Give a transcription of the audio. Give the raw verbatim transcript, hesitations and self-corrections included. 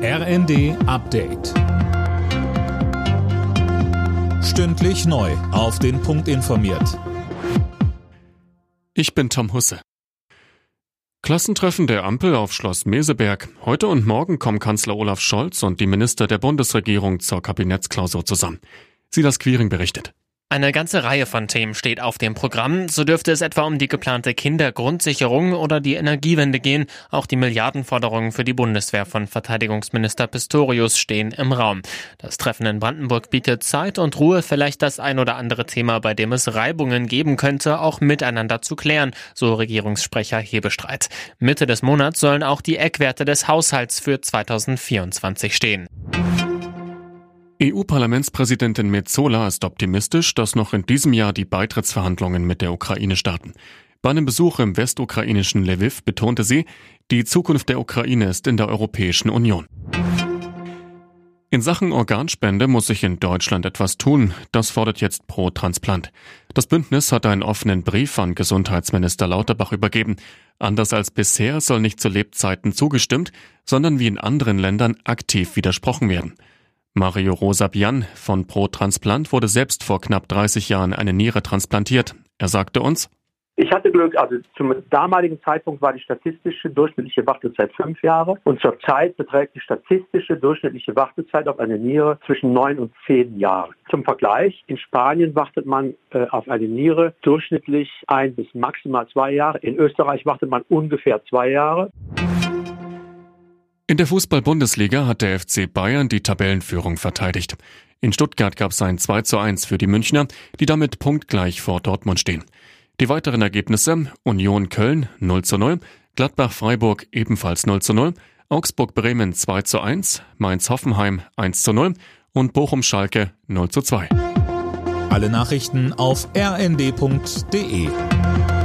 R N D Update. Stündlich neu auf den Punkt informiert. Ich bin Tom Husse. Klassentreffen der Ampel auf Schloss Meseberg. Heute und morgen kommen Kanzler Olaf Scholz und die Minister der Bundesregierung zur Kabinettsklausur zusammen. Silas Quiring berichtet. Eine ganze Reihe von Themen steht auf dem Programm. So dürfte es etwa um die geplante Kindergrundsicherung oder die Energiewende gehen. Auch die Milliardenforderungen für die Bundeswehr von Verteidigungsminister Pistorius stehen im Raum. Das Treffen in Brandenburg bietet Zeit und Ruhe, vielleicht das ein oder andere Thema, bei dem es Reibungen geben könnte, auch miteinander zu klären, so Regierungssprecher Hebestreit. Mitte des Monats sollen auch die Eckwerte des Haushalts für zweitausendvierundzwanzig stehen. E U-Parlamentspräsidentin Metsola ist optimistisch, dass noch in diesem Jahr die Beitrittsverhandlungen mit der Ukraine starten. Bei einem Besuch im westukrainischen Lviv betonte sie, die Zukunft der Ukraine ist in der Europäischen Union. In Sachen Organspende muss sich in Deutschland etwas tun. Das fordert jetzt Pro Transplant. Das Bündnis hat einen offenen Brief an Gesundheitsminister Lauterbach übergeben. Anders als bisher soll nicht zu Lebzeiten zugestimmt, sondern wie in anderen Ländern aktiv widersprochen werden. Mario Rosabian von Pro Transplant wurde selbst vor knapp dreißig Jahren eine Niere transplantiert. Er sagte uns: Ich hatte Glück, also zum damaligen Zeitpunkt war die statistische durchschnittliche Wartezeit fünf Jahre und zurzeit beträgt die statistische durchschnittliche Wartezeit auf eine Niere zwischen neun und zehn Jahren. Zum Vergleich, in Spanien wartet man äh, auf eine Niere durchschnittlich ein bis maximal zwei Jahre. In Österreich wartet man ungefähr zwei Jahre. In der Fußball-Bundesliga hat der F C Bayern die Tabellenführung verteidigt. In Stuttgart gab es ein zwei zu eins für die Münchner, die damit punktgleich vor Dortmund stehen. Die weiteren Ergebnisse: Union Köln null zu null, Gladbach-Freiburg ebenfalls null zu null, Augsburg-Bremen zwei zu eins, Mainz-Hoffenheim eins zu null und Bochum-Schalke null zu zwei. Alle Nachrichten auf r n d punkt d e.